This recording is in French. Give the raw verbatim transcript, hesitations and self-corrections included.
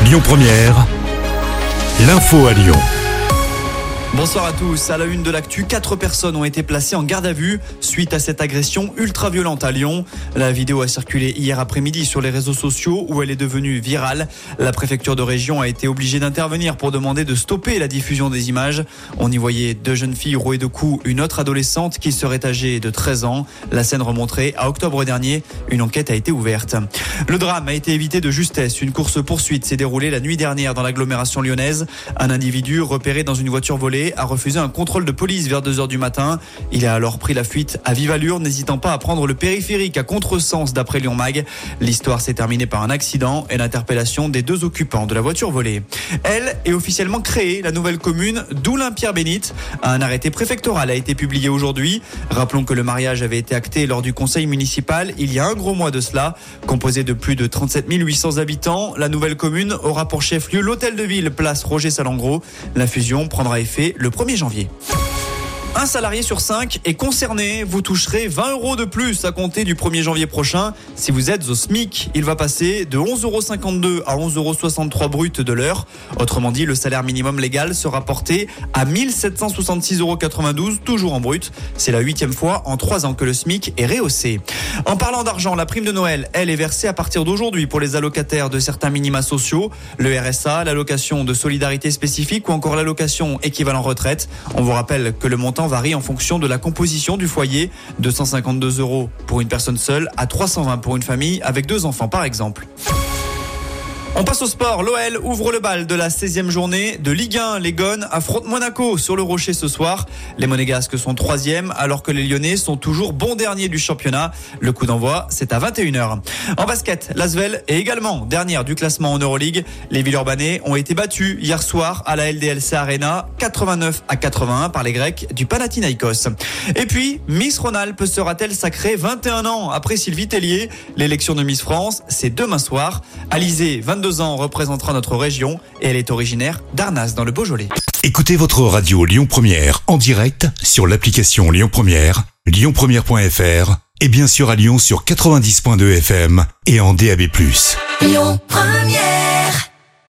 Lyon Première, l'info à Lyon. Bonsoir à tous. À la une de l'actu, quatre personnes ont été placées en garde à vue suite à cette agression ultra violente à Lyon. La vidéo a circulé hier après-midi sur les réseaux sociaux où elle est devenue virale. La préfecture de région a été obligée d'intervenir pour demander de stopper la diffusion des images. On y voyait deux jeunes filles rouées de coups, une autre adolescente qui serait âgée de treize ans. La scène remonterait à octobre dernier. Une enquête a été ouverte. Le drame a été évité de justesse. Une course-poursuite s'est déroulée la nuit dernière dans l'agglomération lyonnaise. Un individu repéré dans une voiture volée a refusé un contrôle de police vers deux heures du matin. Il a alors pris la fuite à vive allure, n'hésitant pas à prendre le périphérique à contresens d'après Lyon Mag. L'histoire s'est terminée par un accident et l'interpellation des deux occupants de la voiture volée. Elle est officiellement créée, la nouvelle commune d'Oulin-Pierre-Bénite. Un arrêté préfectoral a été publié aujourd'hui. Rappelons que le mariage avait été acté lors du conseil municipal il y a un gros mois de cela. Composée de plus de trente-sept mille huit cents habitants, la nouvelle commune aura pour chef-lieu l'hôtel de ville place Roger Salengro. La fusion prendra effet le premier janvier. Un salarié sur cinq est concerné. Vous toucherez vingt euros de plus à compter du premier janvier prochain si vous êtes au SMIC. Il va passer de onze euros cinquante-deux à onze euros soixante-trois brut de l'heure. Autrement dit, le salaire minimum légal sera porté à mille sept cent soixante-six euros quatre-vingt-douze, toujours en brut. C'est la huitième fois en trois ans que le SMIC est rehaussé. En parlant d'argent, la prime de Noël, elle, est versée à partir d'aujourd'hui pour les allocataires de certains minima sociaux, le R S A, l'allocation de solidarité spécifique ou encore l'allocation équivalent retraite. On vous rappelle que le montant varie en fonction de la composition du foyer, deux cent cinquante-deux euros pour une personne seule à trois cent vingt pour une famille avec deux enfants par exemple. On passe au sport. L'O L ouvre le bal de la seizième journée de Ligue un. Les Gones affrontent Monaco sur le Rocher ce soir. Les Monégasques sont troisième alors que les Lyonnais sont toujours bons derniers du championnat. Le coup d'envoi, c'est à vingt et une heures. En basket, l'Asvel est également dernière du classement en Euroleague. Les Villeurbanais ont été battus hier soir à la L D L C Arena, quatre-vingt-neuf à quatre-vingt-un par les Grecs du Panathinaïkos. Et puis, Miss Rhône-Alpes sera-t-elle sacrée vingt et un ans après Sylvie Tellier? L'élection de Miss France, c'est demain soir. Alizé, vingt-deux ans, représentera notre région et elle est originaire d'Arnas dans le Beaujolais. Écoutez votre radio Lyon Première en direct sur l'application Lyon Première, lyon première point f r et bien sûr à Lyon sur quatre-vingt-dix point deux F M et en D A B plus. Lyon Première.